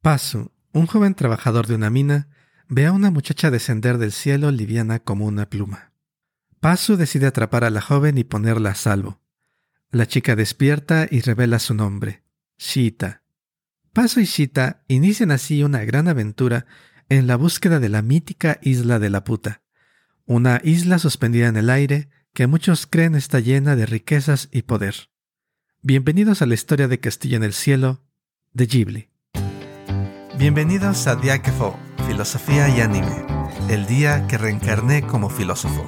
Pazu, un joven trabajador de una mina, ve a una muchacha descender del cielo liviana como una pluma. Pazu decide atrapar a la joven y ponerla a salvo. La chica despierta y revela su nombre, Sheeta. Pazu y Sheeta inician así una gran aventura en la búsqueda de la mítica isla de la puta, una isla suspendida en el aire que muchos creen está llena de riquezas y poder. Bienvenidos a la historia de Castillo en el Cielo, de Ghibli. Bienvenidos a Día que Fue, Filosofía y Anime, el día que reencarné como filósofo.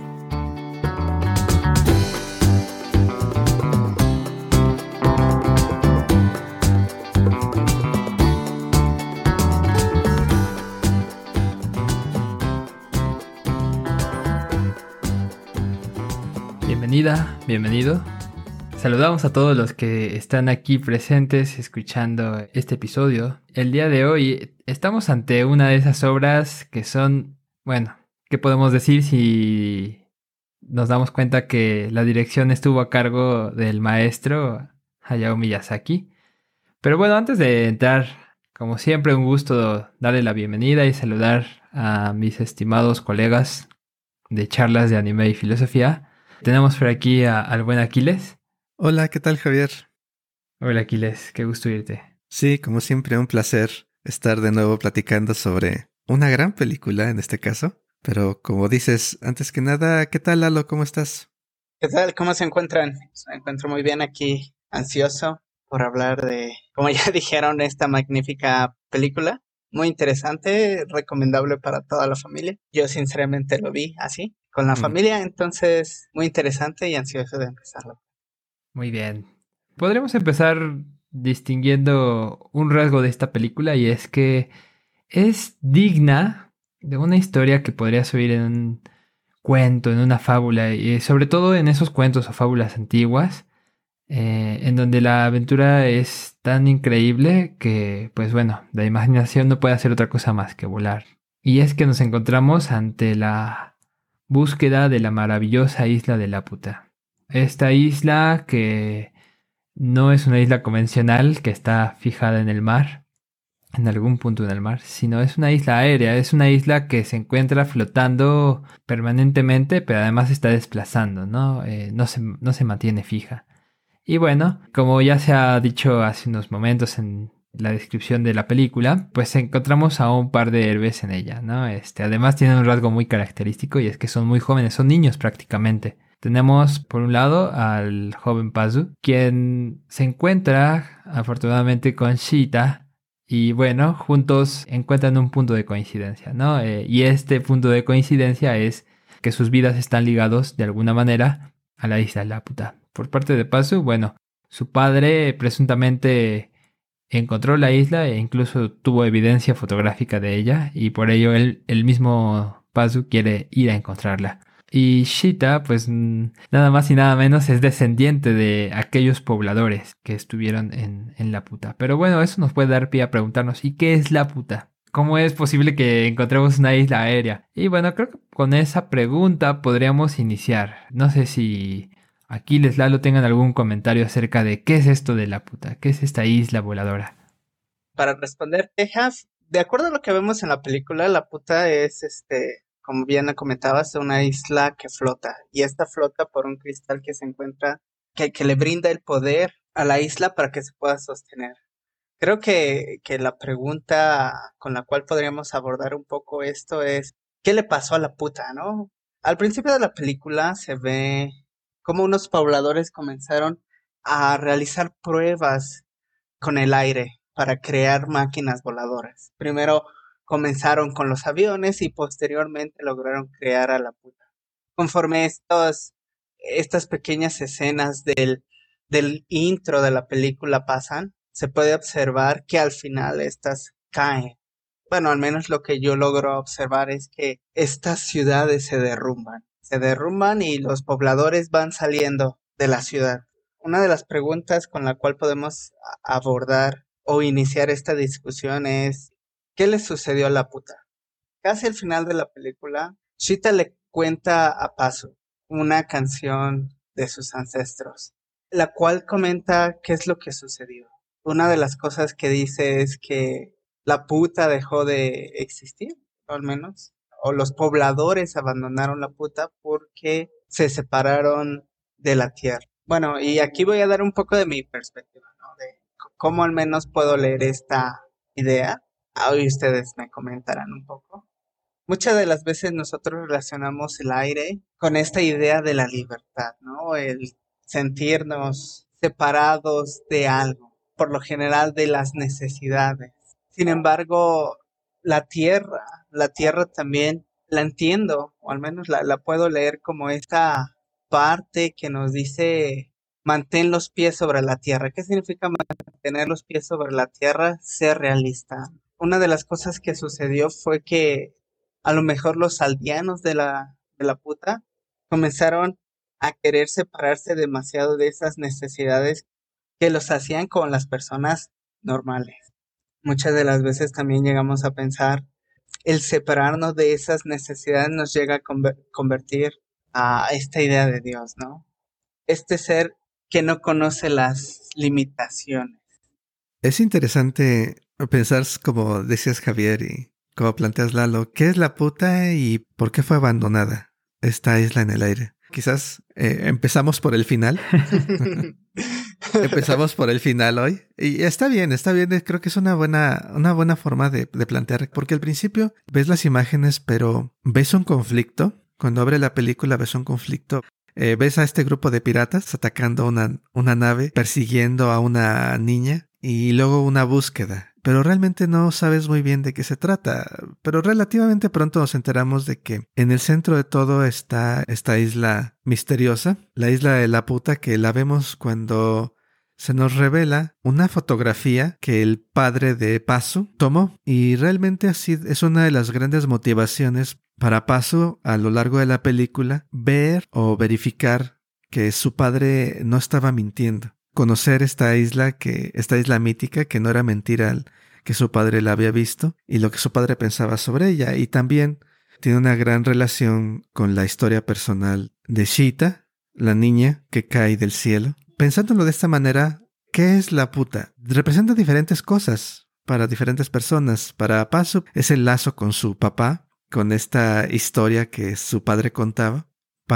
Bienvenida, bienvenido. Saludamos a todos los que están aquí presentes escuchando este episodio. El día de hoy estamos ante una de esas obras que son, bueno, ¿qué podemos decir si nos damos cuenta que la dirección estuvo a cargo del maestro Hayao Miyazaki? Pero bueno, antes de entrar, como siempre, un gusto darle la bienvenida y saludar a mis estimados colegas de charlas de anime y filosofía. Tenemos por aquí al buen Aquiles. Hola, ¿qué tal, Javier? Hola Aquiles, qué gusto irte. Sí, como siempre, un placer estar de nuevo platicando sobre una gran película en este caso. Pero como dices, antes que nada, ¿qué tal, Lalo? ¿Cómo estás? ¿Qué tal? ¿Cómo se encuentran? Me encuentro muy bien aquí, ansioso por hablar de, como ya dijeron, esta magnífica película. Muy interesante, recomendable para toda la familia. Yo sinceramente lo vi así, con la familia, entonces muy interesante y ansioso de empezarlo. Muy bien. Podríamos empezar distinguiendo un rasgo de esta película y es que es digna de una historia que podría subir en un cuento, en una fábula, y sobre todo en esos cuentos o fábulas antiguas, en donde la aventura es tan increíble que, pues bueno, la imaginación no puede hacer otra cosa más que volar. Y es que nos encontramos ante la búsqueda de la maravillosa isla de Laputa. Esta isla que no es una isla convencional que está fijada en el mar, en algún punto en el mar, sino es una isla aérea, es una isla que se encuentra flotando permanentemente, pero además está desplazando, ¿no? No se mantiene fija. Y bueno, como ya se ha dicho hace unos momentos en la descripción de la película, pues encontramos a un par de héroes en ella, ¿no? Además tienen un rasgo muy característico y es que son muy jóvenes, son niños prácticamente. Tenemos por un lado al joven Pazu, quien se encuentra afortunadamente con Sheeta y bueno, juntos encuentran un punto de coincidencia, ¿no? Y este punto de coincidencia es que sus vidas están ligados de alguna manera a la isla de Laputa. Por parte de Pazu, bueno, su padre presuntamente encontró la isla e incluso tuvo evidencia fotográfica de ella y por ello el mismo Pazu quiere ir a encontrarla. Y Sheeta, pues nada más y nada menos es descendiente de aquellos pobladores que estuvieron en Laputa. Pero bueno, eso nos puede dar pie a preguntarnos, ¿y qué es Laputa? ¿Cómo es posible que encontremos una isla aérea? Y bueno, creo que con esa pregunta podríamos iniciar. No sé si Aquiles, Lalo tengan algún comentario acerca de qué es esto de Laputa, qué es esta isla voladora. Para responder, Tejas, de acuerdo a lo que vemos en la película, Laputa es como bien comentabas, una isla que flota, y esta flota por un cristal que se encuentra, que le brinda el poder a la isla para que se pueda sostener. Creo que la pregunta con la cual podríamos abordar un poco esto es, ¿qué le pasó a la puta, no? Al principio de la película se ve cómo unos pobladores comenzaron a realizar pruebas con el aire para crear máquinas voladoras. Primero comenzaron con los aviones y posteriormente lograron crear a la puta. Conforme estas pequeñas escenas del intro de la película pasan, se puede observar que al final estas caen. Bueno, al menos lo que yo logro observar es que estas ciudades se derrumban y los pobladores van saliendo de la ciudad. Una de las preguntas con la cual podemos abordar o iniciar esta discusión es, ¿qué le sucedió a la puta? Casi al final de la película, Chita le cuenta a Pazu una canción de sus ancestros, la cual comenta qué es lo que sucedió. Una de las cosas que dice es que la puta dejó de existir, o al menos, o los pobladores abandonaron la puta porque se separaron de la tierra. Bueno, y aquí voy a dar un poco de mi perspectiva, ¿no? De cómo al menos puedo leer esta idea. Hoy ustedes me comentarán un poco. Muchas de las veces nosotros relacionamos el aire con esta idea de la libertad, ¿no? El sentirnos separados de algo, por lo general de las necesidades. Sin embargo, la tierra también la entiendo, o al menos la puedo leer como esta parte que nos dice mantén los pies sobre la tierra. ¿Qué significa mantener los pies sobre la tierra? Ser realista. Una de las cosas que sucedió fue que a lo mejor los aldeanos de la puta comenzaron a querer separarse demasiado de esas necesidades que los hacían con las personas normales. Muchas de las veces también llegamos a pensar, el separarnos de esas necesidades nos llega a convertir a esta idea de Dios, ¿no? Este ser que no conoce las limitaciones. Es interesante pensar, como decías Javier y como planteas Lalo, ¿qué es la puta y por qué fue abandonada esta isla en el aire? Quizás empezamos por el final. Empezamos por el final hoy. Y está bien. Creo que es una buena forma de plantear. Porque al principio ves las imágenes, pero ves un conflicto. Cuando abre la película ves un conflicto. Ves a este grupo de piratas atacando una nave, persiguiendo a una niña y luego una búsqueda. Pero realmente no sabes muy bien de qué se trata. Pero relativamente pronto nos enteramos de que en el centro de todo está esta isla misteriosa, la isla de la puta, que la vemos cuando se nos revela una fotografía que el padre de Pazu tomó. Y realmente así es una de las grandes motivaciones para Pazu a lo largo de la película, ver o verificar que su padre no estaba mintiendo. Conocer esta isla mítica, que no era mentira que su padre la había visto y lo que su padre pensaba sobre ella. Y también tiene una gran relación con la historia personal de Sheeta, la niña que cae del cielo. Pensándolo de esta manera, ¿qué es la puta? Representa diferentes cosas para diferentes personas. Para Pazu es el lazo con su papá, con esta historia que su padre contaba.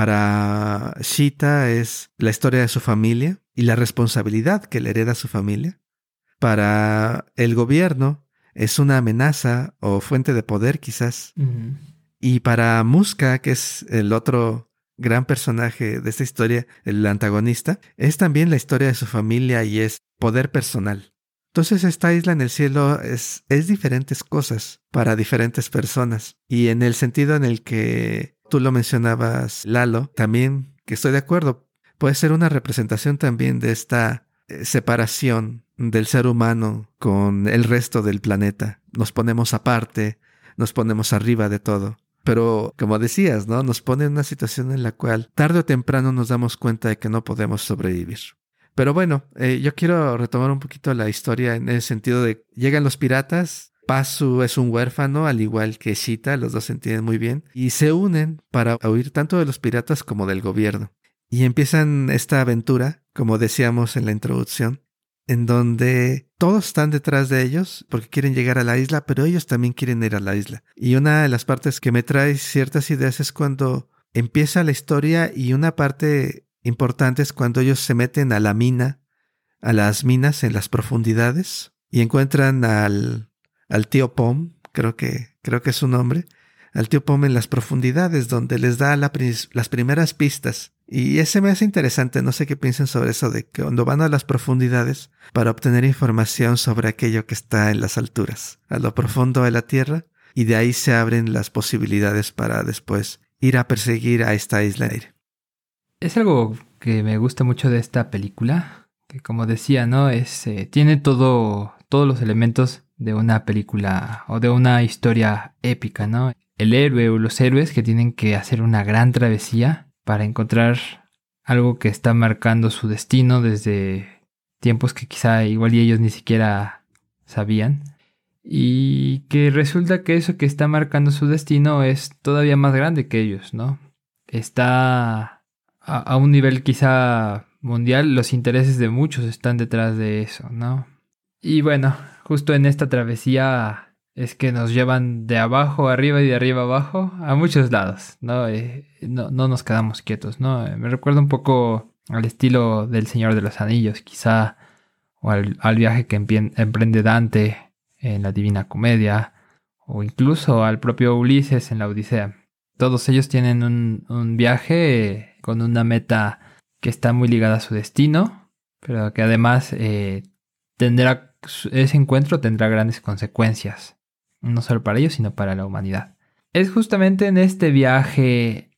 Para Sheeta es la historia de su familia y la responsabilidad que le hereda su familia. Para el gobierno es una amenaza o fuente de poder quizás. Uh-huh. Y para Muska, que es el otro gran personaje de esta historia, el antagonista, es también la historia de su familia y es poder personal. Entonces esta isla en el cielo es diferentes cosas para diferentes personas. Y en el sentido en el que tú lo mencionabas, Lalo, también que estoy de acuerdo, puede ser una representación también de esta separación del ser humano con el resto del planeta. Nos ponemos aparte, nos ponemos arriba de todo. Pero, como decías, ¿no? Nos pone en una situación en la cual tarde o temprano nos damos cuenta de que no podemos sobrevivir. Pero bueno, yo quiero retomar un poquito la historia en el sentido de llegan los piratas, Pazu es un huérfano, al igual que Sheeta, los dos se entienden muy bien, y se unen para huir tanto de los piratas como del gobierno. Y empiezan esta aventura, como decíamos en la introducción, en donde todos están detrás de ellos porque quieren llegar a la isla, pero ellos también quieren ir a la isla. Y una de las partes que me trae ciertas ideas es cuando empieza la historia, y una parte importante es cuando ellos se meten a la mina, a las minas en las profundidades, y encuentran al tío Pom, creo que es su nombre, al tío Pom en las profundidades, donde les da las primeras pistas. Y ese me hace interesante, no sé qué piensan sobre eso, de que cuando van a las profundidades para obtener información sobre aquello que está en las alturas, a lo profundo de la tierra, y de ahí se abren las posibilidades para después ir a perseguir a esta isla aire. Es algo que me gusta mucho de esta película, que como decía, ¿no? Tiene todos los elementos de una película o de una historia épica, ¿no? El héroe o los héroes que tienen que hacer una gran travesía para encontrar algo que está marcando su destino desde tiempos que quizá igual y ellos ni siquiera sabían. Y que resulta que eso que está marcando su destino es todavía más grande que ellos, ¿no? Está a un nivel quizá mundial, los intereses de muchos están detrás de eso, ¿no? Y bueno, justo en esta travesía es que nos llevan de abajo arriba y de arriba abajo a muchos lados, ¿no? No nos quedamos quietos, ¿no? Me recuerda un poco al estilo del Señor de los Anillos, quizá, o al viaje que emprende Dante en la Divina Comedia, o incluso al propio Ulises en la Odisea. Todos ellos tienen un viaje con una meta que está muy ligada a su destino, pero que además ese encuentro tendrá grandes consecuencias, no solo para ellos, sino para la humanidad. Es justamente en este viaje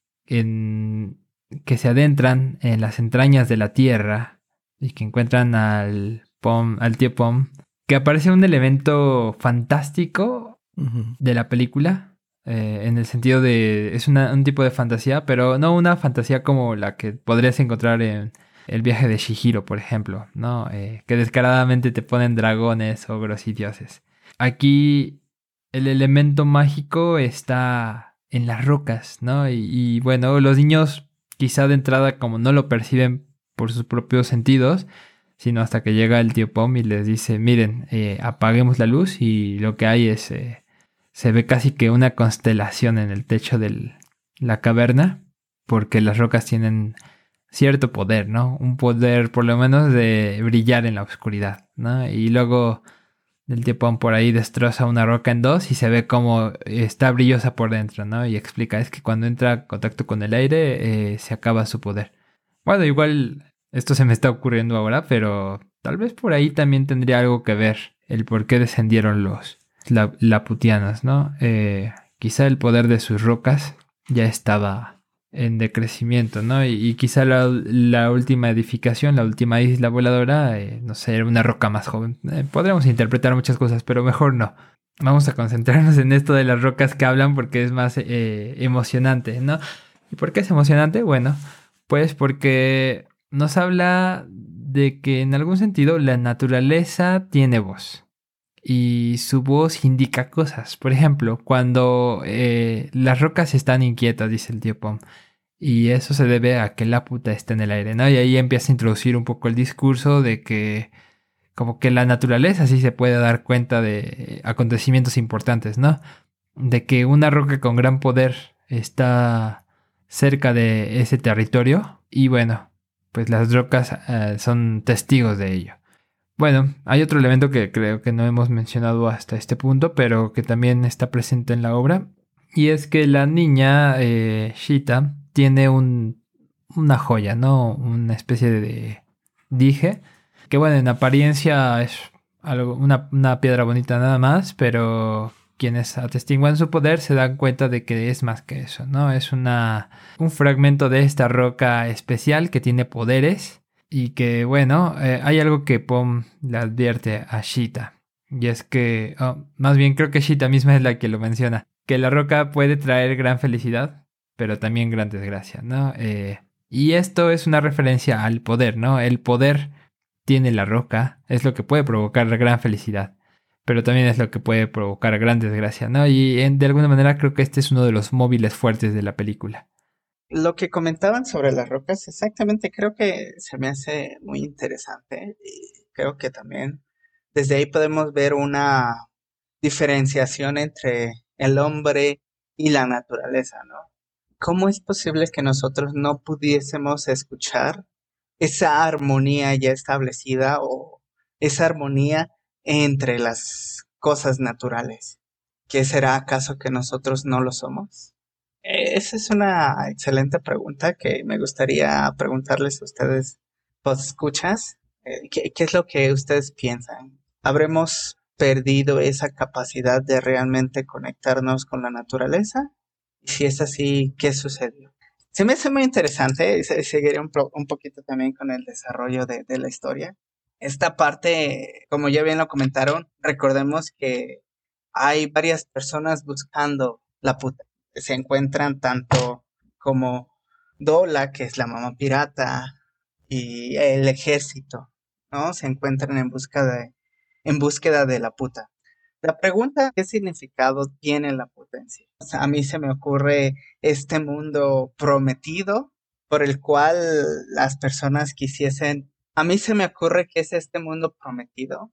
que se adentran en las entrañas de la Tierra y que encuentran al tío Pom, que aparece un elemento fantástico de la película, en el sentido de es un tipo de fantasía, pero no una fantasía como la que podrías encontrar en el viaje de Chihiro, por ejemplo, ¿no? Que descaradamente te ponen dragones, ogros y dioses. Aquí el elemento mágico está en las rocas, ¿no? Y bueno, los niños quizá de entrada como no lo perciben por sus propios sentidos, sino hasta que llega el tío Pom y les dice, miren, apaguemos la luz y lo que hay es, se ve casi que una constelación en el techo de la caverna, porque las rocas tienen cierto poder, ¿no? Un poder por lo menos de brillar en la oscuridad, ¿no? Y luego el tío Pom por ahí destroza una roca en dos y se ve como está brillosa por dentro, ¿no? Y explica, es que cuando entra en contacto con el aire, se acaba su poder. Bueno, igual esto se me está ocurriendo ahora, pero tal vez por ahí también tendría algo que ver el por qué descendieron los laputianos, ¿no? Quizá el poder de sus rocas ya estaba en decrecimiento, ¿no? Y quizá la última edificación, la última isla voladora, no sé, era una roca más joven. Podríamos interpretar muchas cosas, pero mejor no. Vamos a concentrarnos en esto de las rocas que hablan porque es más emocionante, ¿no? ¿Y por qué es emocionante? Bueno, pues porque nos habla de que en algún sentido la naturaleza tiene voz. Y su voz indica cosas. Por ejemplo, cuando las rocas están inquietas, dice el tío Pom. Y eso se debe a que la puta está en el aire, ¿no? Y ahí empieza a introducir un poco el discurso de que como que la naturaleza sí se puede dar cuenta de acontecimientos importantes, ¿no? De que una roca con gran poder está cerca de ese territorio. Y bueno, pues las rocas son testigos de ello. Bueno, hay otro elemento que creo que no hemos mencionado hasta este punto, pero que también está presente en la obra, y es que la niña Shita tiene una joya, ¿no? Una especie de dije, que bueno, en apariencia es una piedra bonita nada más, pero quienes atestiguan su poder se dan cuenta de que es más que eso, ¿no? Es un fragmento de esta roca especial que tiene poderes. Y que, bueno, hay algo que Pom le advierte a Shita. Y es que, más bien creo que Shita misma es la que lo menciona. Que la roca puede traer gran felicidad, pero también gran desgracia, ¿no? Y esto es una referencia al poder, ¿no? El poder tiene la roca, es lo que puede provocar gran felicidad, pero también es lo que puede provocar gran desgracia, ¿no? Y de alguna manera creo que este es uno de los móviles fuertes de la película. Lo que comentaban sobre las rocas, exactamente, creo que se me hace muy interesante y creo que también desde ahí podemos ver una diferenciación entre el hombre y la naturaleza, ¿no? ¿Cómo es posible que nosotros no pudiésemos escuchar esa armonía ya establecida o esa armonía entre las cosas naturales? ¿Qué será acaso que nosotros no lo somos? Esa es una excelente pregunta que me gustaría preguntarles a ustedes, pues, escuchas, ¿qué es lo que ustedes piensan? ¿Habremos perdido esa capacidad de realmente conectarnos con la naturaleza? Y si es así, ¿qué sucedió? Se me hace muy interesante, seguiré un poquito también con el desarrollo de la historia. Esta parte, como ya bien lo comentaron, recordemos que hay varias personas buscando la puta. Se encuentran tanto como Dola, que es la mamá pirata, y el ejército, ¿no? Se encuentran en búsqueda de la puta. La pregunta, ¿qué significado tiene la puta en sí? O sea, a mí se me ocurre este mundo prometido por el cual las personas quisiesen. A mí se me ocurre que es este mundo prometido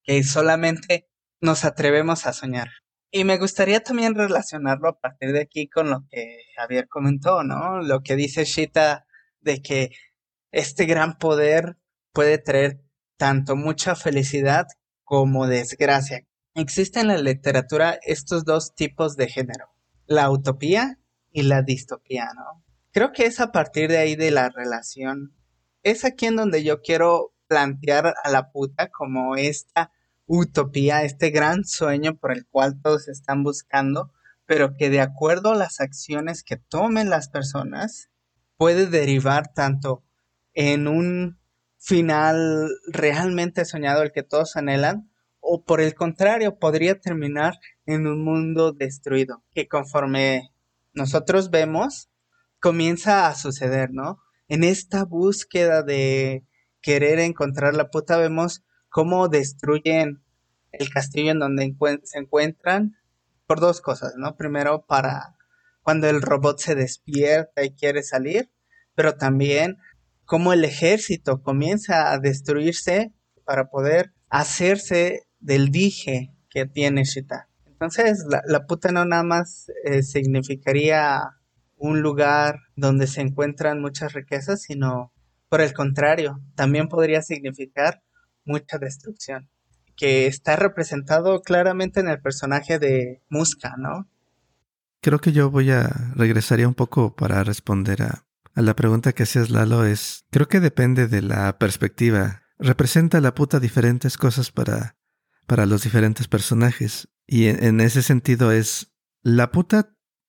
que solamente nos atrevemos a soñar. Y me gustaría también relacionarlo a partir de aquí con lo que Javier comentó, ¿no? Lo que dice Shita de que este gran poder puede traer tanto mucha felicidad como desgracia. Existen en la literatura estos dos tipos de género, la utopía y la distopía, ¿no? Creo que es a partir de ahí de la relación. Es aquí en donde yo quiero plantear a la puta como esta utopía, este gran sueño por el cual todos están buscando, pero que de acuerdo a las acciones que tomen las personas, puede derivar tanto en un final realmente soñado, el que todos anhelan, o por el contrario, podría terminar en un mundo destruido, que conforme nosotros vemos, comienza a suceder, ¿no? En esta búsqueda de querer encontrar la puta, vemos cómo destruyen el castillo en donde se encuentran por dos cosas, ¿no? Primero, para cuando el robot se despierta y quiere salir, pero también cómo el ejército comienza a destruirse para poder hacerse del dije que tiene Shita. Entonces, la puta no nada más significaría un lugar donde se encuentran muchas riquezas, sino por el contrario, también podría significar mucha destrucción, que está representado claramente en el personaje de Muska, ¿no? Creo que yo regresaría un poco para responder a la pregunta que hacías, Lalo. Creo que depende de la perspectiva. Representa la puta diferentes cosas para los diferentes personajes. Y en ese sentido la puta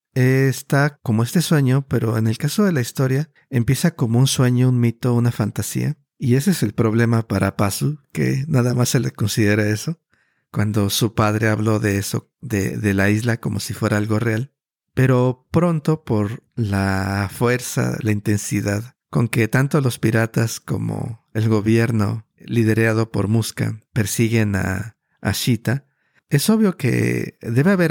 está como este sueño, pero en el caso de la historia, empieza como un sueño, un mito, una fantasía. Y ese es el problema para Pazu, que nada más se le considera eso. Cuando su padre habló de eso, de la isla como si fuera algo real. Pero pronto, por la fuerza, la intensidad con que tanto los piratas como el gobierno, liderado por Muska, persiguen a Shita, es obvio que debe haber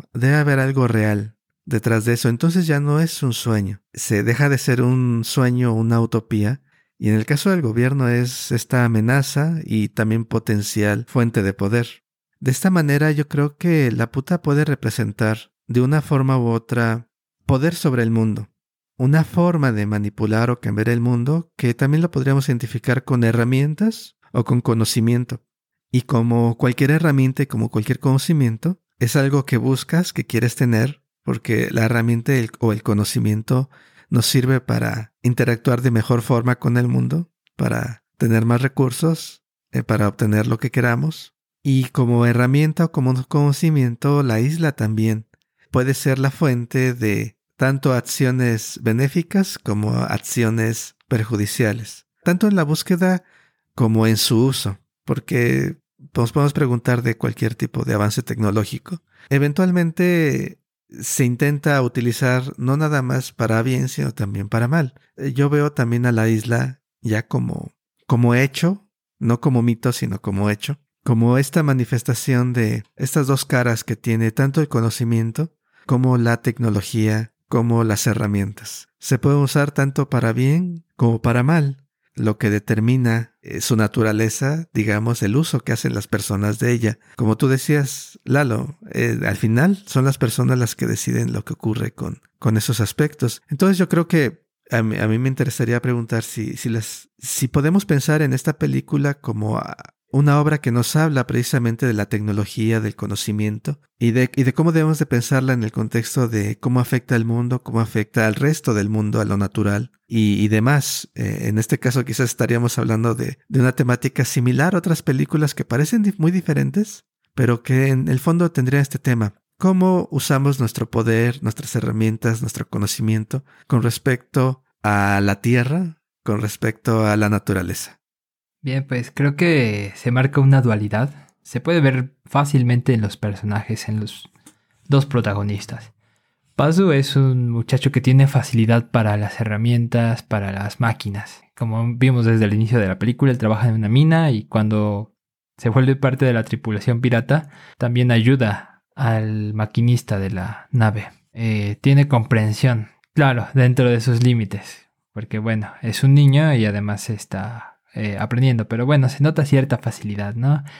algo real detrás de eso. Entonces ya no es un sueño. Se deja de ser un sueño, una utopía. Y en el caso del gobierno es esta amenaza y también potencial fuente de poder. De esta manera yo creo que la puta puede representar de una forma u otra poder sobre el mundo. Una forma de manipular o cambiar el mundo que también lo podríamos identificar con herramientas o con conocimiento. Y como cualquier herramienta y como cualquier conocimiento, es algo que buscas, que quieres tener, porque la herramienta o el conocimiento nos sirve para interactuar de mejor forma con el mundo, para tener más recursos, para obtener lo que queramos. Y como herramienta o como conocimiento, la isla también puede ser la fuente de tanto acciones benéficas como acciones perjudiciales, tanto en la búsqueda como en su uso, porque nos podemos preguntar de cualquier tipo de avance tecnológico. Eventualmente se intenta utilizar no nada más para bien, sino también para mal. Yo veo también a la isla ya como hecho, no como mito, sino como hecho, como esta manifestación de estas dos caras que tiene tanto el conocimiento como la tecnología, como las herramientas. Se puede usar tanto para bien como para mal. Lo que determina su naturaleza, digamos, el uso que hacen las personas de ella. Como tú decías, Lalo, al final son las personas las que deciden lo que ocurre con esos aspectos. Entonces yo creo que a mí me interesaría preguntar si podemos pensar en esta película como una obra que nos habla precisamente de la tecnología, del conocimiento y de cómo debemos de pensarla en el contexto de cómo afecta al mundo, cómo afecta al resto del mundo, a lo natural y demás. En este caso quizás estaríamos hablando de una temática similar a otras películas que parecen muy diferentes, pero que en el fondo tendrían este tema. ¿Cómo usamos nuestro poder, nuestras herramientas, nuestro conocimiento con respecto a la tierra, con respecto a la naturaleza? Bien, pues creo que se marca una dualidad. Se puede ver fácilmente en los personajes, en los dos protagonistas. Pazu es un muchacho que tiene facilidad para las herramientas, para las máquinas. Como vimos desde el inicio de la película, él trabaja en una mina y cuando se vuelve parte de la tripulación pirata, también ayuda al maquinista de la nave. Tiene comprensión, claro, dentro de sus límites, porque bueno, es un niño y además está aprendiendo, pero bueno, se nota cierta facilidad, ¿no?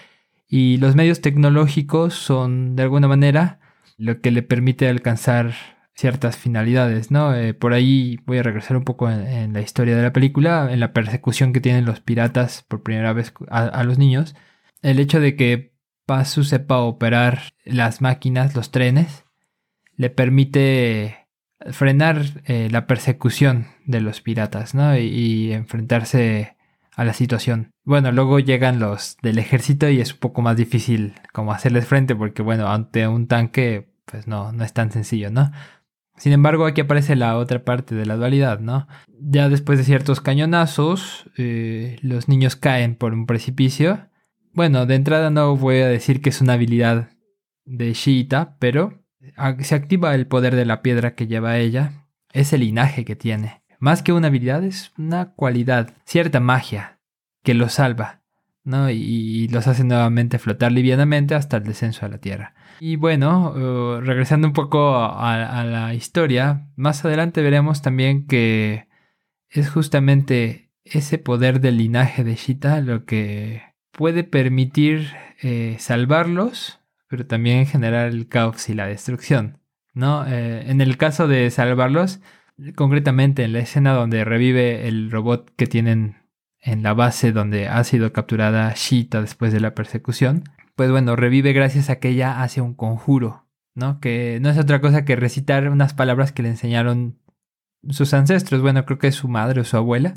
Y los medios tecnológicos son, de alguna manera, lo que le permite alcanzar ciertas finalidades, ¿no? Por ahí voy a regresar un poco en la historia de la película, en la persecución que tienen los piratas por primera vez a los niños. El hecho de que Pazu sepa operar las máquinas, los trenes, le permite frenar la persecución de los piratas, ¿no? Y enfrentarse a la situación. Bueno, luego llegan los del ejército y es un poco más difícil como hacerles frente porque, bueno, ante un tanque, pues no es tan sencillo, ¿no? Sin embargo, aquí aparece la otra parte de la dualidad, ¿no? Ya después de ciertos cañonazos, los niños caen por un precipicio. Bueno, de entrada no voy a decir que es una habilidad de Sheeta, pero se activa el poder de la piedra que lleva ella. Es el linaje que tiene. Más que una habilidad, es una cualidad, cierta magia que los salva, ¿no? Y los hace nuevamente flotar livianamente hasta el descenso a la tierra. Y bueno, regresando un poco a la historia, más adelante veremos también que es justamente ese poder del linaje de Sheeta lo que puede permitir salvarlos, pero también generar el caos y la destrucción, ¿no? En el caso de salvarlos, concretamente en la escena donde revive el robot que tienen en la base donde ha sido capturada Sheeta después de la persecución, pues bueno, revive gracias a que ella hace un conjuro, ¿no? Que no es otra cosa que recitar unas palabras que le enseñaron sus ancestros, bueno, creo que es su madre o su abuela,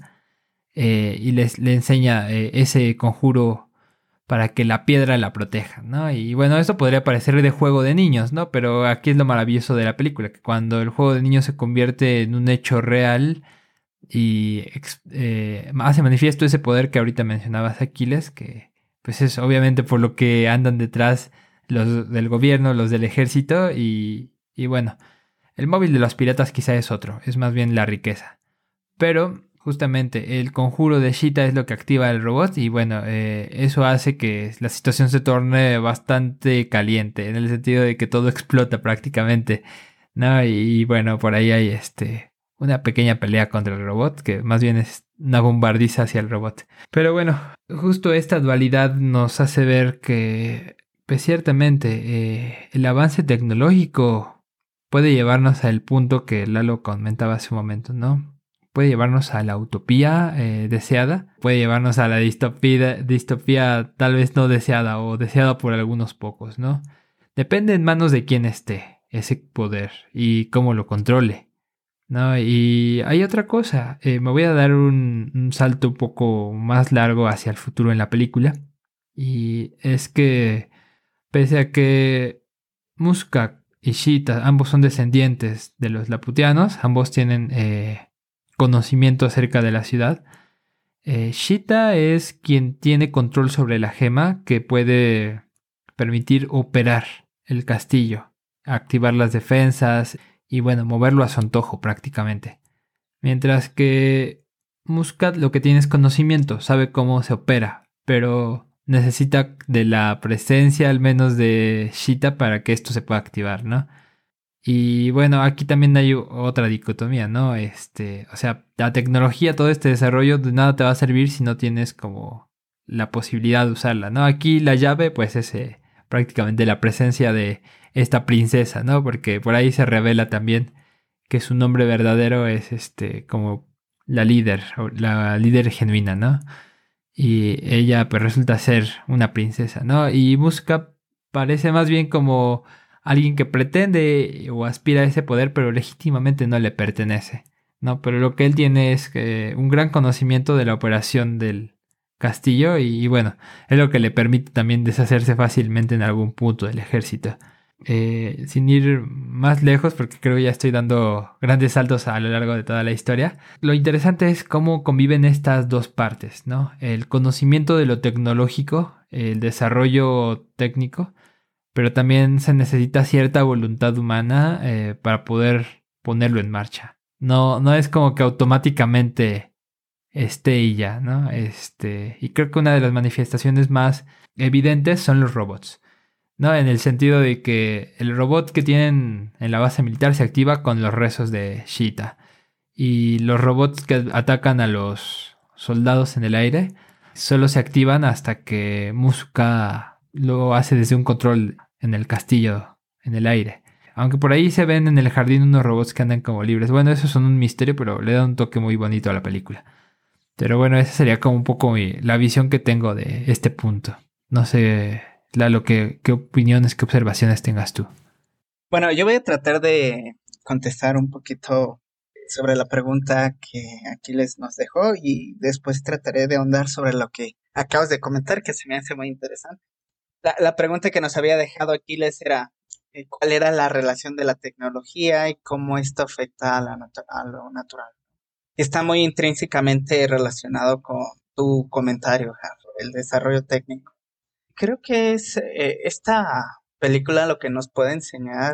y le enseña ese conjuro para que la piedra la proteja, ¿no? Y bueno, esto podría parecer de juego de niños, ¿no? Pero aquí es lo maravilloso de la película, que cuando el juego de niños se convierte en un hecho real y hace manifiesto ese poder que ahorita mencionabas, Aquiles, que pues es obviamente por lo que andan detrás los del gobierno, los del ejército y bueno, el móvil de los piratas quizá es otro, es más bien la riqueza. Pero justamente el conjuro de Sheeta es lo que activa el robot y bueno, eso hace que la situación se torne bastante caliente, en el sentido de que todo explota prácticamente, ¿no? Y bueno, por ahí hay una pequeña pelea contra el robot, que más bien es una bombardiza hacia el robot. Pero bueno, justo esta dualidad nos hace ver que, pues ciertamente, el avance tecnológico puede llevarnos al punto que Lalo comentaba hace un momento, ¿no? Puede llevarnos a la utopía deseada, puede llevarnos a la distopía tal vez no deseada o deseada por algunos pocos, ¿no? Depende en manos de quién esté ese poder y cómo lo controle, ¿no? Y hay otra cosa, me voy a dar un salto un poco más largo hacia el futuro en la película, y es que pese a que Musca y Sheeta ambos son descendientes de los laputianos, ambos tienen conocimiento acerca de la ciudad, Sheeta es quien tiene control sobre la gema que puede permitir operar el castillo, activar las defensas y bueno, moverlo a su antojo prácticamente. Mientras que Muscat lo que tiene es conocimiento, sabe cómo se opera, pero necesita de la presencia al menos de Sheeta para que esto se pueda activar, ¿no? Y bueno, aquí también hay otra dicotomía, ¿no? O sea, la tecnología, todo este desarrollo de nada te va a servir si no tienes como la posibilidad de usarla, ¿no? Aquí la llave pues es prácticamente la presencia de esta princesa, ¿no? Porque por ahí se revela también que su nombre verdadero es como la líder genuina, ¿no? Y ella pues resulta ser una princesa, ¿no? Y Musca parece más bien como alguien que pretende o aspira a ese poder, pero legítimamente no le pertenece, ¿no? Pero lo que él tiene es un gran conocimiento de la operación del castillo y bueno, es lo que le permite también deshacerse fácilmente en algún punto del ejército. Sin ir más lejos, porque creo que ya estoy dando grandes saltos a lo largo de toda la historia, lo interesante es cómo conviven estas dos partes, ¿no? El conocimiento de lo tecnológico, el desarrollo técnico, pero también se necesita cierta voluntad humana para poder ponerlo en marcha. No es como que automáticamente esté y ya, ¿no? Y creo que una de las manifestaciones más evidentes son los robots, ¿no? En el sentido de que el robot que tienen en la base militar se activa con los rezos de Sheeta. Y los robots que atacan a los soldados en el aire solo se activan hasta que Musca lo hace desde un control en el castillo, en el aire. Aunque por ahí se ven en el jardín unos robots que andan como libres. Bueno, esos son un misterio, pero le da un toque muy bonito a la película. Pero bueno, esa sería como un poco la visión que tengo de este punto. No sé, Lalo, qué opiniones, qué observaciones tengas tú. Bueno, yo voy a tratar de contestar un poquito sobre la pregunta que Aquiles nos dejó y después trataré de ahondar sobre lo que acabas de comentar, que se me hace muy interesante. La pregunta que nos había dejado Aquiles era cuál era la relación de la tecnología y cómo esto afecta a lo natural. Está muy intrínsecamente relacionado con tu comentario, Jafo, el desarrollo técnico. Creo que esta película lo que nos puede enseñar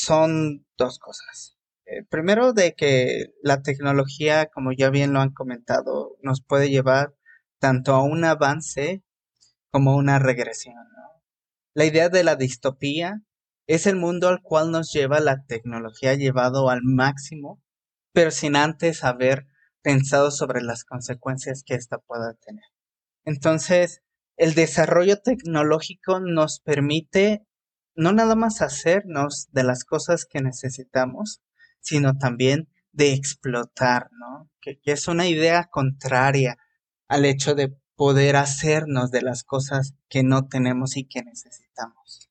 son dos cosas. Primero, de que la tecnología, como ya bien lo han comentado, nos puede llevar tanto a un avance como a una regresión, ¿no? La idea de la distopía es el mundo al cual nos lleva la tecnología llevado al máximo, pero sin antes haber pensado sobre las consecuencias que ésta pueda tener. Entonces, el desarrollo tecnológico nos permite no nada más hacernos de las cosas que necesitamos, sino también de explotar, ¿no? Que es una idea contraria al hecho de poder hacernos de las cosas que no tenemos y que necesitamos.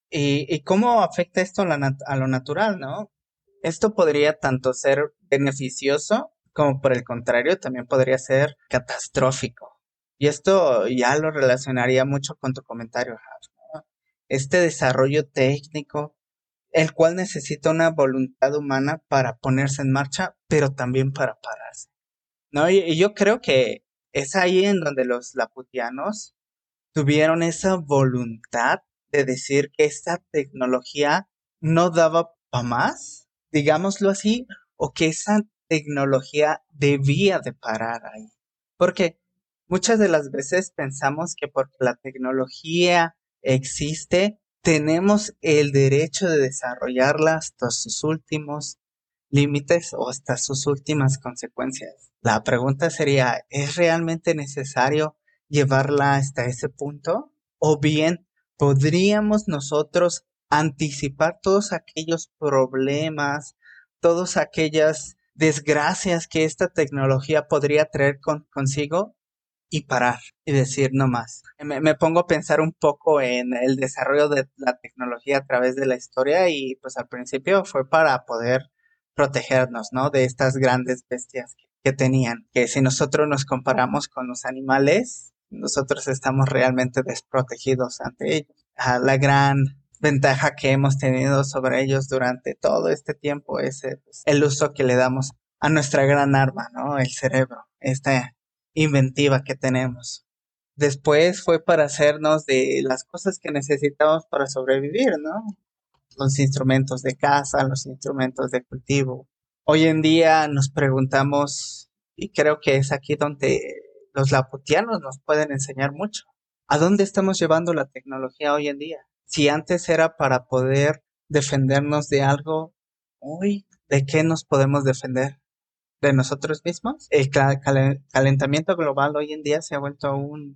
¿Y cómo afecta esto a lo natural, no? Esto podría tanto ser beneficioso como por el contrario también podría ser catastrófico. Y esto ya lo relacionaría mucho con tu comentario, Haf, ¿no? Este desarrollo técnico, el cual necesita una voluntad humana para ponerse en marcha, pero también para pararse, ¿no? Y yo creo que es ahí en donde los laputianos tuvieron esa voluntad de decir que esta tecnología no daba para más, digámoslo así, o que esa tecnología debía de parar ahí. Porque muchas de las veces pensamos que porque la tecnología existe, tenemos el derecho de desarrollarla hasta sus últimos límites o hasta sus últimas consecuencias. La pregunta sería, ¿es realmente necesario llevarla hasta ese punto? ¿O bien podríamos nosotros anticipar todos aquellos problemas, todas aquellas desgracias que esta tecnología podría traer consigo y parar y decir no más? Me pongo a pensar un poco en el desarrollo de la tecnología a través de la historia y pues al principio fue para poder protegernos, ¿no? De estas grandes bestias que tenían, que si nosotros nos comparamos con los animales, nosotros estamos realmente desprotegidos ante ellos. La gran ventaja que hemos tenido sobre ellos durante todo este tiempo es pues, el uso que le damos a nuestra gran arma, ¿no? El cerebro, esta inventiva que tenemos. Después fue para hacernos de las cosas que necesitamos para sobrevivir, ¿no? Los instrumentos de caza, los instrumentos de cultivo. Hoy en día nos preguntamos, y creo que es aquí donde los laputianos nos pueden enseñar mucho, ¿a dónde estamos llevando la tecnología hoy en día? Si antes era para poder defendernos de algo, hoy, ¿de qué nos podemos defender? ¿De nosotros mismos? El calentamiento global hoy en día se ha vuelto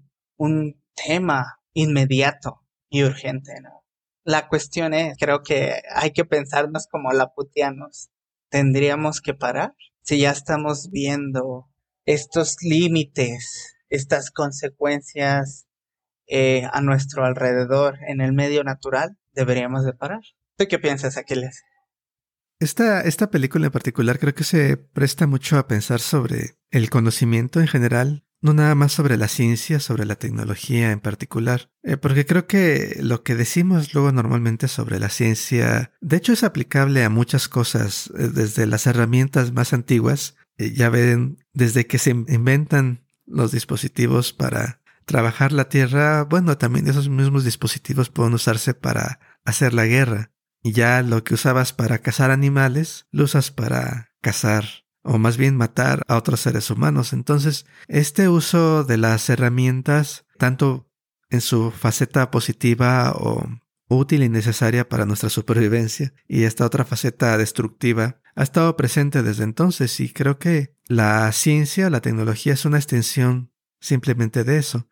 un tema inmediato y urgente, ¿no? La cuestión es, creo que hay que pensarnos como laputianos. ¿Tendríamos que parar? Si ya estamos viendo estos límites, estas consecuencias a nuestro alrededor en el medio natural, ¿deberíamos de parar? ¿Tú qué piensas, Aquiles? Esta película en particular creo que se presta mucho a pensar sobre el conocimiento en general, no nada más sobre la ciencia, sobre la tecnología en particular, porque creo que lo que decimos luego normalmente sobre la ciencia, de hecho es aplicable a muchas cosas, desde las herramientas más antiguas, ya ven, desde que se inventan los dispositivos para trabajar la tierra, bueno, también esos mismos dispositivos pueden usarse para hacer la guerra. Y ya lo que usabas para cazar animales, lo usas para cazar, o más bien matar a otros seres humanos. Entonces, este uso de las herramientas, tanto en su faceta positiva o útil y necesaria para nuestra supervivencia, y esta otra faceta destructiva, ha estado presente desde entonces, y creo que la ciencia, la tecnología es una extensión simplemente de eso.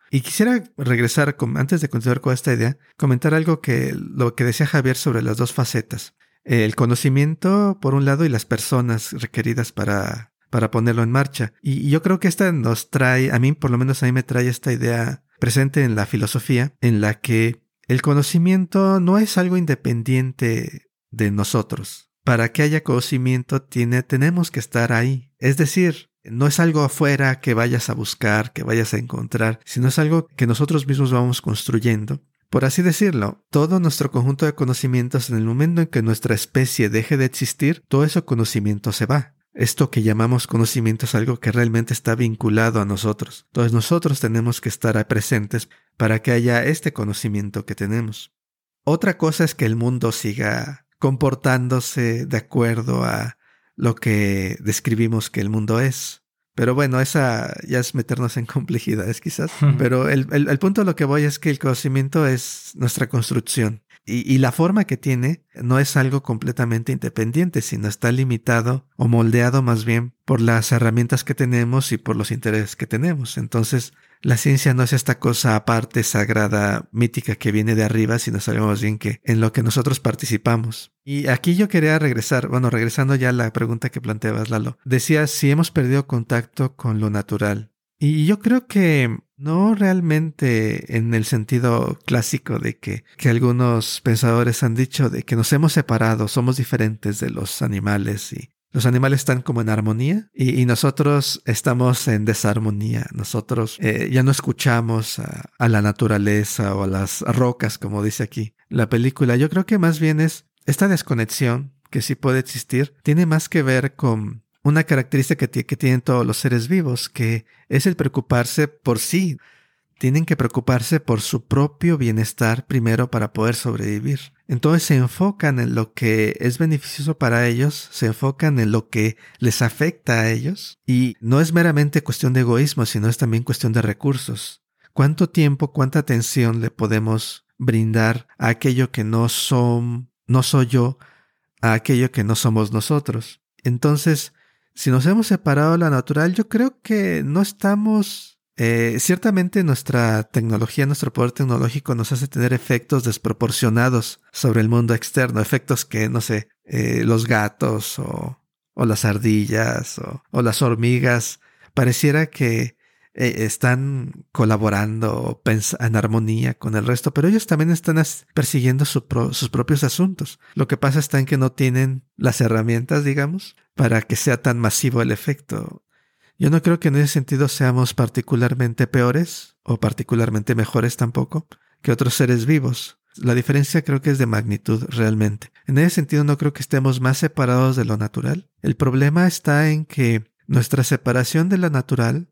Y quisiera regresar, antes de continuar con esta idea, comentar lo que decía Javier sobre las dos facetas. El conocimiento, por un lado, y las personas requeridas para ponerlo en marcha. Y yo creo que esta nos trae, por lo menos a mí me trae esta idea presente en la filosofía, en la que el conocimiento no es algo independiente de nosotros. Para que haya conocimiento tenemos que estar ahí. Es decir, no es algo afuera que vayas a buscar, que vayas a encontrar, sino es algo que nosotros mismos vamos construyendo. Por así decirlo, todo nuestro conjunto de conocimientos, en el momento en que nuestra especie deje de existir, todo ese conocimiento se va. Esto que llamamos conocimiento es algo que realmente está vinculado a nosotros. Entonces nosotros tenemos que estar presentes para que haya este conocimiento que tenemos. Otra cosa es que el mundo siga comportándose de acuerdo a lo que describimos que el mundo es. Pero bueno, esa ya es meternos en complejidades quizás. Pero el punto a lo que voy es que el conocimiento es nuestra construcción. Y la forma que tiene no es algo completamente independiente, sino está limitado o moldeado más bien por las herramientas que tenemos y por los intereses que tenemos. Entonces, la ciencia no es esta cosa aparte, sagrada, mítica que viene de arriba, sino es algo más bien que en lo que nosotros participamos. Y aquí yo quería regresando ya a la pregunta que planteabas, Lalo. Decías si hemos perdido contacto con lo natural. Y yo creo que no realmente en el sentido clásico de que algunos pensadores han dicho de que nos hemos separado, somos diferentes de los animales y los animales están como en armonía y nosotros estamos en desarmonía. Nosotros ya no escuchamos a la naturaleza o a las rocas, como dice aquí la película. Yo creo que más bien es esta desconexión que sí puede existir, tiene más que ver con una característica que tienen todos los seres vivos, que es el preocuparse por sí. Tienen que preocuparse por su propio bienestar primero para poder sobrevivir. Entonces se enfocan en lo que es beneficioso para ellos, se enfocan en lo que les afecta a ellos. Y no es meramente cuestión de egoísmo, sino es también cuestión de recursos. ¿Cuánto tiempo, cuánta atención le podemos brindar a aquello que no soy yo, a aquello que no somos nosotros? Entonces, si nos hemos separado de la natural, yo creo que no estamos... ciertamente nuestra tecnología, nuestro poder tecnológico nos hace tener efectos desproporcionados sobre el mundo externo, efectos que, no sé, los gatos o las ardillas o las hormigas, pareciera que están colaborando en armonía con el resto, pero ellos también están persiguiendo sus propios asuntos. Lo que pasa está en que no tienen las herramientas, digamos, para que sea tan masivo el efecto. Yo no creo que en ese sentido seamos particularmente peores o particularmente mejores tampoco que otros seres vivos. La diferencia creo que es de magnitud realmente. En ese sentido no creo que estemos más separados de lo natural. El problema está en que nuestra separación de lo natural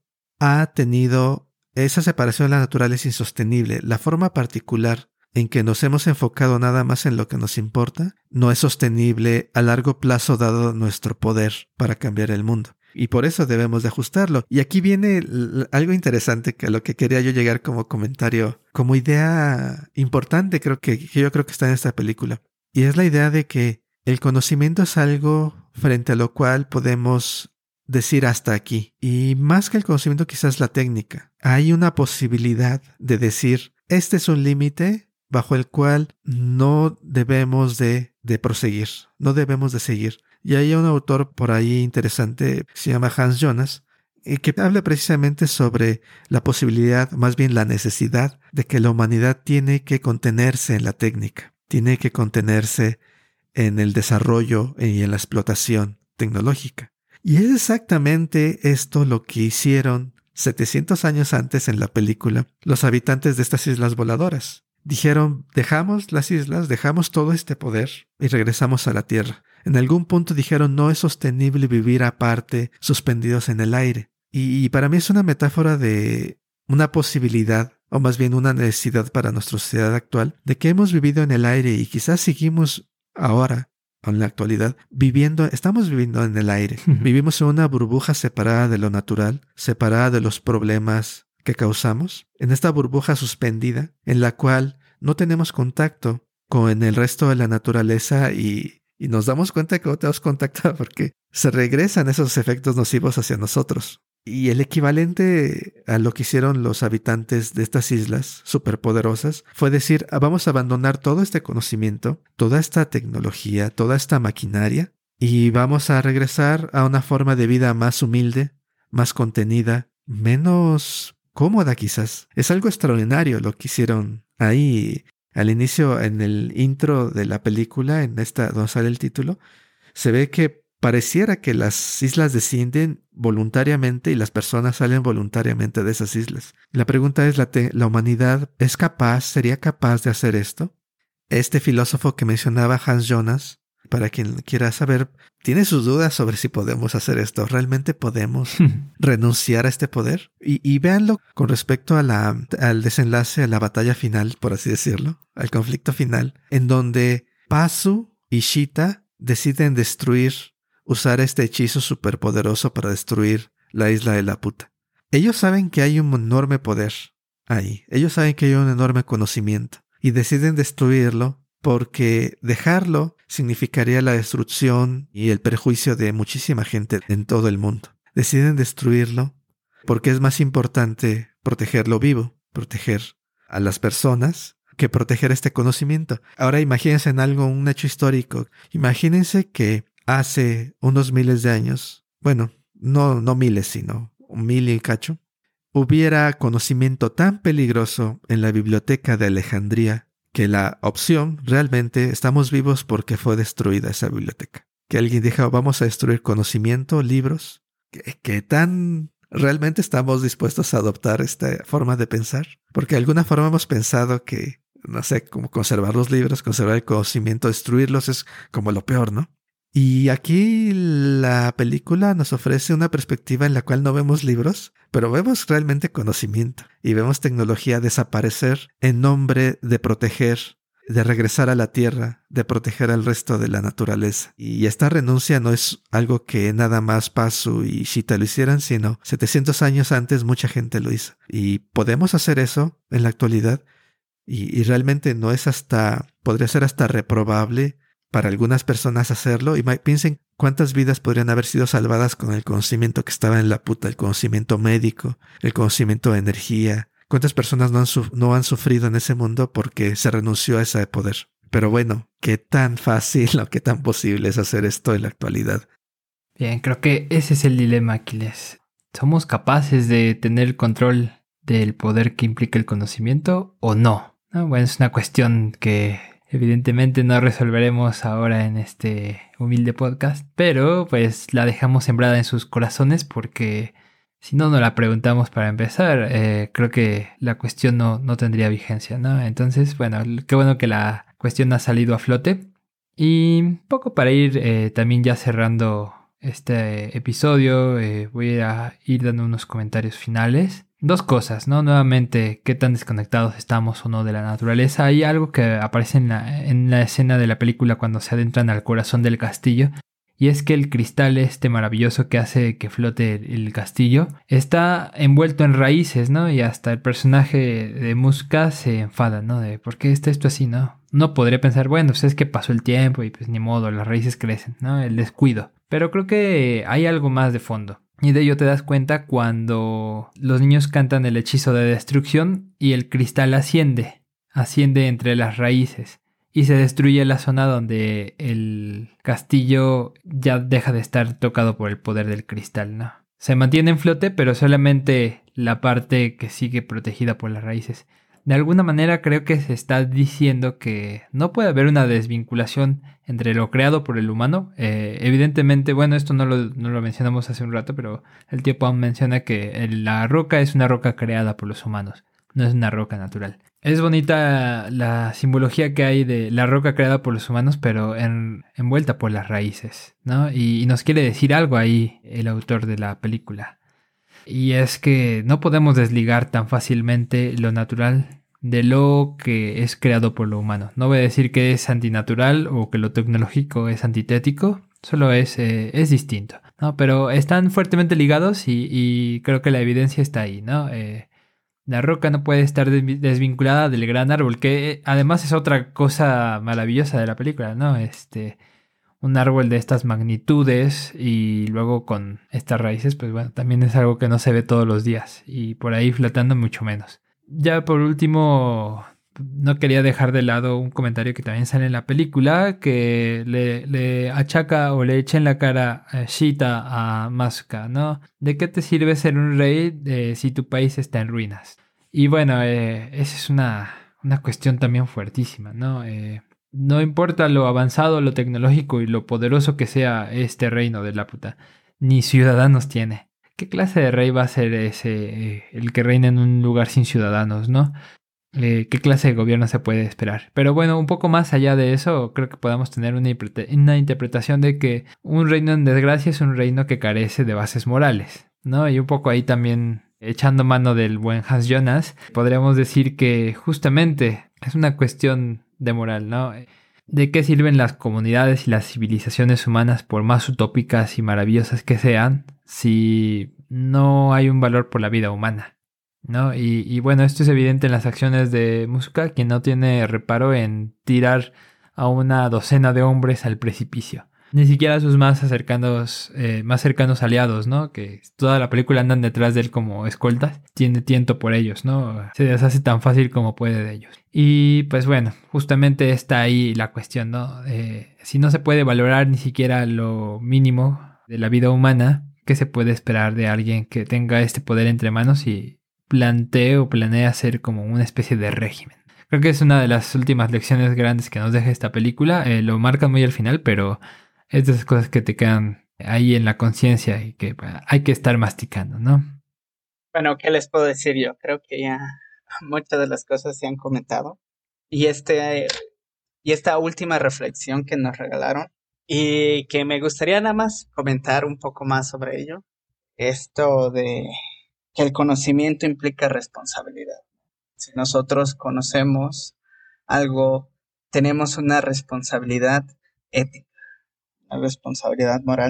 esa separación de la natural es insostenible. La forma particular en que nos hemos enfocado nada más en lo que nos importa no es sostenible a largo plazo dado nuestro poder para cambiar el mundo. Y por eso debemos de ajustarlo. Y aquí viene algo interesante que a lo que quería yo llegar como comentario, como idea importante que yo creo que está en esta película. Y es la idea de que el conocimiento es algo frente a lo cual podemos decir hasta aquí. Y más que el conocimiento quizás la técnica. Hay una posibilidad de decir, este es un límite bajo el cual no debemos de proseguir, no debemos de seguir. Y hay un autor por ahí interesante, se llama Hans Jonas, que habla precisamente sobre la posibilidad, más bien la necesidad, de que la humanidad tiene que contenerse en la técnica, tiene que contenerse en el desarrollo y en la explotación tecnológica. Y es exactamente esto lo que hicieron 700 años antes en la película los habitantes de estas islas voladoras. Dijeron, dejamos las islas, dejamos todo este poder y regresamos a la Tierra. En algún punto dijeron, no es sostenible vivir aparte, suspendidos en el aire. Y para mí es una metáfora de una posibilidad, o más bien una necesidad para nuestra sociedad actual, de que hemos vivido en el aire y quizás seguimos ahora, en la actualidad, estamos viviendo en el aire. Vivimos en una burbuja separada de lo natural, separada de los problemas que causamos, en esta burbuja suspendida, en la cual no tenemos contacto con el resto de la naturaleza y nos damos cuenta que no tenemos contacto porque se regresan esos efectos nocivos hacia nosotros. Y el equivalente a lo que hicieron los habitantes de estas islas superpoderosas fue decir, vamos a abandonar todo este conocimiento, toda esta tecnología, toda esta maquinaria, y vamos a regresar a una forma de vida más humilde, más contenida, menos cómoda quizás. Es algo extraordinario lo que hicieron ahí. Al inicio, en el intro de la película, en esta donde sale el título, se ve que pareciera que las islas descienden voluntariamente y las personas salen voluntariamente de esas islas. La pregunta es, ¿la humanidad sería capaz de hacer esto? Este filósofo que mencionaba, Hans Jonas, para quien quiera saber, tiene sus dudas sobre si podemos hacer esto. ¿Realmente podemos renunciar a este poder? Y véanlo con respecto a al desenlace, a la batalla final, por así decirlo, al conflicto final, en donde Pazu y Sheeta deciden usar este hechizo superpoderoso para destruir la isla de la puta. Ellos saben que hay un enorme poder ahí. Ellos saben que hay un enorme conocimiento. Y deciden destruirlo porque dejarlo significaría la destrucción y el perjuicio de muchísima gente en todo el mundo. Deciden destruirlo porque es más importante protegerlo vivo, proteger a las personas, que proteger este conocimiento. Ahora imagínense un hecho histórico. Imagínense que hace unos miles de años, bueno, no miles, sino 1000 y cacho, hubiera conocimiento tan peligroso en la biblioteca de Alejandría que la opción realmente estamos vivos porque fue destruida esa biblioteca. Que alguien dijo, vamos a destruir conocimiento, libros, que tan realmente estamos dispuestos a adoptar esta forma de pensar. Porque de alguna forma hemos pensado que, no sé, como conservar los libros, conservar el conocimiento, destruirlos es como lo peor, ¿no? Y aquí la película nos ofrece una perspectiva en la cual no vemos libros, pero vemos realmente conocimiento y vemos tecnología desaparecer en nombre de proteger, de regresar a la tierra, de proteger al resto de la naturaleza. Y esta renuncia no es algo que nada más Pazu y Sheeta lo hicieran, sino 700 años antes mucha gente lo hizo. Y podemos hacer eso en la actualidad y realmente no es podría ser hasta reprobable para algunas personas hacerlo. Y piensen cuántas vidas podrían haber sido salvadas con el conocimiento que estaba en la puta, el conocimiento médico, el conocimiento de energía. ¿Cuántas personas no han sufrido en ese mundo porque se renunció a ese poder? Pero bueno, ¿qué tan fácil o qué tan posible es hacer esto en la actualidad? Bien, creo que ese es el dilema, Aquiles. ¿Somos capaces de tener control del poder que implica el conocimiento o no? Bueno, es una cuestión que evidentemente no resolveremos ahora en este humilde podcast, pero pues la dejamos sembrada en sus corazones porque si no nos la preguntamos para empezar, creo que la cuestión no tendría vigencia, ¿no? Entonces, bueno, qué bueno que la cuestión ha salido a flote. Y un poco para ir también ya cerrando este episodio, voy a ir dando unos comentarios finales. Dos cosas, ¿no? Nuevamente, qué tan desconectados estamos o no de la naturaleza. Hay algo que aparece en la escena de la película cuando se adentran al corazón del castillo. Y es que el cristal maravilloso que hace que flote el castillo está envuelto en raíces, ¿no? Y hasta el personaje de Muska se enfada, ¿no? De ¿por qué está esto así, no? No podría pensar, bueno, pues es que pasó el tiempo y pues ni modo, las raíces crecen, ¿no? El descuido. Pero creo que hay algo más de fondo. Y de ello te das cuenta cuando los niños cantan el hechizo de destrucción y el cristal asciende entre las raíces. Y se destruye la zona donde el castillo ya deja de estar tocado por el poder del cristal, ¿no? Se mantiene en flote, pero solamente la parte que sigue protegida por las raíces. De alguna manera creo que se está diciendo que no puede haber una desvinculación entre lo creado por el humano. Evidentemente, bueno, esto no lo mencionamos hace un rato, pero el tío Pam menciona que la roca es una roca creada por los humanos, no es una roca natural. Es bonita la simbología que hay de la roca creada por los humanos, pero envuelta por las raíces, ¿no? Y nos quiere decir algo ahí el autor de la película. Y es que no podemos desligar tan fácilmente lo natural de lo que es creado por lo humano. No voy a decir que es antinatural o que lo tecnológico es antitético, solo es distinto, ¿no? Pero están fuertemente ligados y creo que la evidencia está ahí, ¿no? La roca no puede estar desvinculada del gran árbol, que además es otra cosa maravillosa de la película, ¿no? un árbol de estas magnitudes y luego con estas raíces, pues bueno, también es algo que no se ve todos los días y por ahí flotando mucho menos. Ya por último, no quería dejar de lado un comentario que también sale en la película, que le achaca o le echa en la cara a Shita a Masuka, ¿no? ¿De qué te sirve ser un rey si tu país está en ruinas? Y bueno, esa es una cuestión también fuertísima, ¿no? No importa lo avanzado, lo tecnológico y lo poderoso que sea este reino de Laputa, ni ciudadanos tiene. ¿Qué clase de rey va a ser ese, el que reina en un lugar sin ciudadanos, no? ¿Qué clase de gobierno se puede esperar? Pero bueno, un poco más allá de eso, creo que podamos tener una interpretación de que un reino en desgracia es un reino que carece de bases morales, ¿no? Y un poco ahí también, echando mano del buen Hans Jonas, podríamos decir que justamente es una cuestión de moral, ¿no? ¿De qué sirven las comunidades y las civilizaciones humanas, por más utópicas y maravillosas que sean, si no hay un valor por la vida humana, ¿no? Y bueno, esto es evidente en las acciones de Muska, quien no tiene reparo en tirar a una docena de hombres al precipicio. Ni siquiera sus más cercanos aliados, ¿no? Que toda la película andan detrás de él como escoltas. Tiene tiento por ellos, ¿no? Se deshace tan fácil como puede de ellos. Y pues bueno, justamente está ahí la cuestión, ¿no? Si no se puede valorar ni siquiera lo mínimo de la vida humana, ¿qué se puede esperar de alguien que tenga este poder entre manos y plantee o planea ser como una especie de régimen? Creo que es una de las últimas lecciones grandes que nos deja esta película. Lo marcan muy al final, pero es de esas cosas que te quedan ahí en la conciencia y que hay que estar masticando, ¿no? Bueno, ¿qué les puedo decir yo? Creo que ya muchas de las cosas se han comentado. Y esta última reflexión que nos regalaron, y que me gustaría nada más comentar un poco más sobre ello, esto de que el conocimiento implica responsabilidad. Si nosotros conocemos algo, tenemos una responsabilidad ética, una responsabilidad moral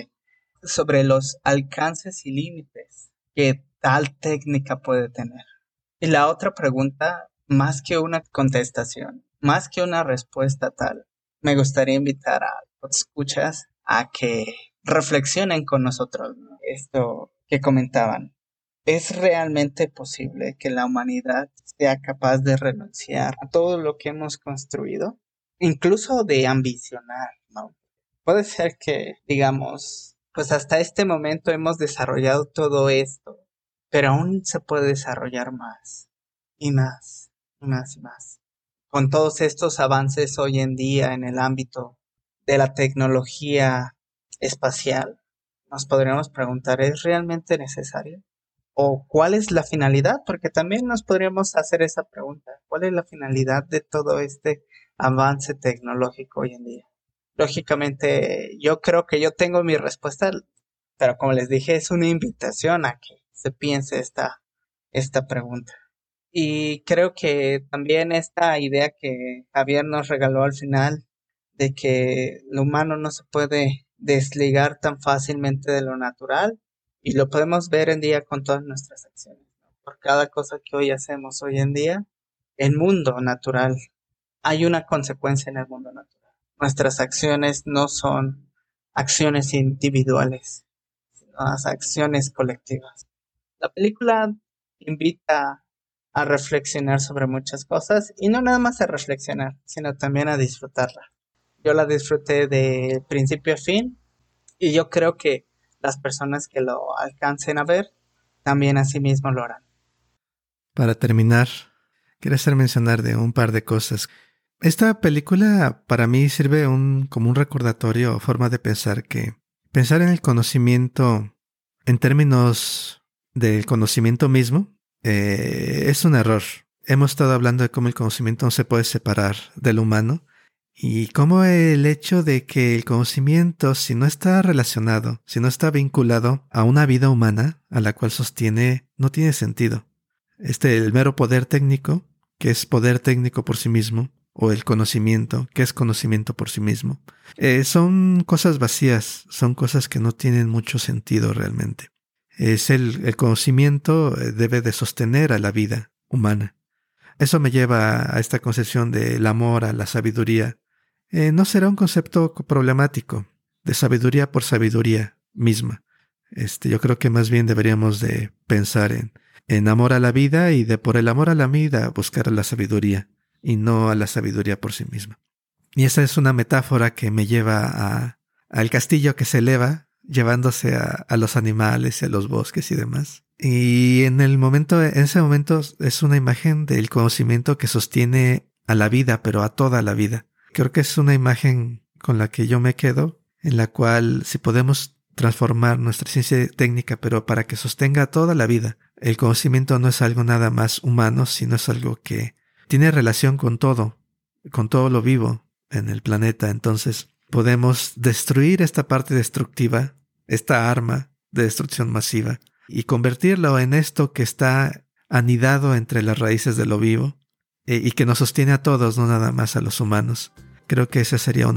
sobre los alcances y límites que tal técnica puede tener. Y la otra pregunta, más que una contestación, más que una respuesta tal, me gustaría invitar a los escuchas a que reflexionen con nosotros, ¿no? Esto que comentaban. ¿Es realmente posible que la humanidad sea capaz de renunciar a todo lo que hemos construido? Incluso de ambicionar, ¿no? Puede ser que, digamos, pues hasta este momento hemos desarrollado todo esto, pero aún se puede desarrollar más, y más, y más, y más. Con todos estos avances hoy en día en el ámbito de la tecnología espacial, nos podríamos preguntar, ¿es realmente necesario? ¿O cuál es la finalidad? Porque también nos podríamos hacer esa pregunta. ¿Cuál es la finalidad de todo este avance tecnológico hoy en día? Lógicamente, yo creo que yo tengo mi respuesta, pero como les dije, es una invitación a que se piense esta pregunta. Y creo que también esta idea que Javier nos regaló al final, de que lo humano no se puede desligar tan fácilmente de lo natural, y lo podemos ver en día con todas nuestras acciones, ¿no? Por cada cosa que hoy hacemos hoy en día, el mundo natural, hay una consecuencia en el mundo natural. Nuestras acciones no son acciones individuales, sino las acciones colectivas. La película invita a reflexionar sobre muchas cosas, y no nada más a reflexionar, sino también a disfrutarla. Yo la disfruté de principio a fin, y yo creo que las personas que lo alcancen a ver también así mismo lo harán. Para terminar, quiero hacer mencionar de un par de cosas. Esta película para mí sirve como un recordatorio o forma de pensar que pensar en el conocimiento en términos del conocimiento mismo es un error. Hemos estado hablando de cómo el conocimiento no se puede separar del humano y cómo el hecho de que el conocimiento, si no está relacionado, si no está vinculado a una vida humana a la cual sostiene, no tiene sentido. El mero poder técnico, que es poder técnico por sí mismo, o el conocimiento, que es conocimiento por sí mismo, son cosas vacías, son cosas que no tienen mucho sentido realmente. El conocimiento debe de sostener a la vida humana. Eso me lleva a esta concepción del amor, a la sabiduría, no será un concepto problemático de sabiduría por sabiduría misma. Yo creo que más bien deberíamos de pensar en amor a la vida y de por el amor a la vida buscar la sabiduría y no a la sabiduría por sí misma. Y esa es una metáfora que me lleva al castillo que se eleva, llevándose a los animales y a los bosques y demás. Y en ese momento es una imagen del conocimiento que sostiene a la vida, pero a toda la vida. Creo que es una imagen con la que yo me quedo, en la cual si podemos transformar nuestra ciencia técnica, pero para que sostenga a toda la vida. El conocimiento no es algo nada más humano, sino es algo que tiene relación con todo lo vivo en el planeta. Entonces podemos destruir esta parte destructiva, esta arma de destrucción masiva, y convertirlo en esto que está anidado entre las raíces de lo vivo y que nos sostiene a todos, no nada más a los humanos. Creo que esa sería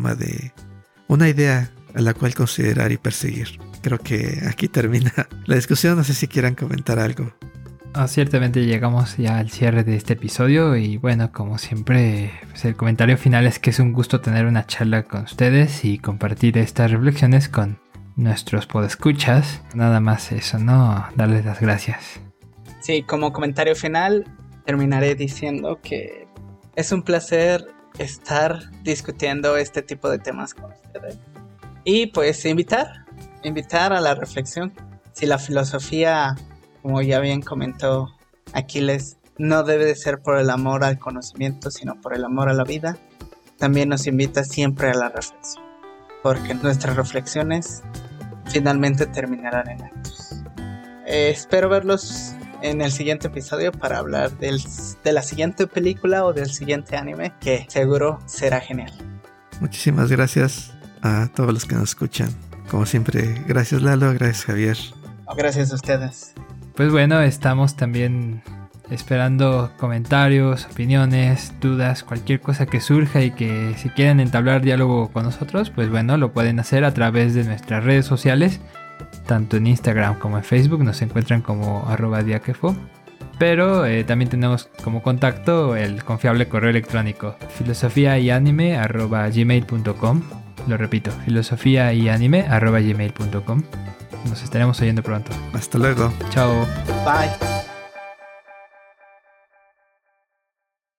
una idea a la cual considerar y perseguir. Creo que aquí termina la discusión. No sé si quieran comentar algo. Ciertamente llegamos ya al cierre de este episodio y bueno, como siempre, pues el comentario final es que es un gusto tener una charla con ustedes y compartir estas reflexiones con nuestros podescuchas. Nada más eso, ¿no? Darles las gracias. Sí, como comentario final terminaré diciendo que es un placer estar discutiendo este tipo de temas con ustedes. Y pues invitar a la reflexión. Si la filosofía, como ya bien comentó Aquiles, no debe de ser por el amor al conocimiento, sino por el amor a la vida, también nos invita siempre a la reflexión, porque nuestras reflexiones finalmente terminarán en actos. Espero verlos en el siguiente episodio para hablar de la siguiente película o del siguiente anime, que seguro será genial. Muchísimas gracias a todos los que nos escuchan. Como siempre, gracias Lalo, gracias Javier. Gracias a ustedes. Pues bueno, estamos también esperando comentarios, opiniones, dudas, cualquier cosa que surja y que si quieren entablar diálogo con nosotros, pues bueno, lo pueden hacer a través de nuestras redes sociales, tanto en Instagram como en Facebook, nos encuentran como @diakefo. Pero también tenemos como contacto el confiable correo electrónico filosofiayanime@gmail.com. Lo repito, filosofiayanime@gmail.com. Nos estaremos oyendo pronto. Hasta luego. Chao. Bye.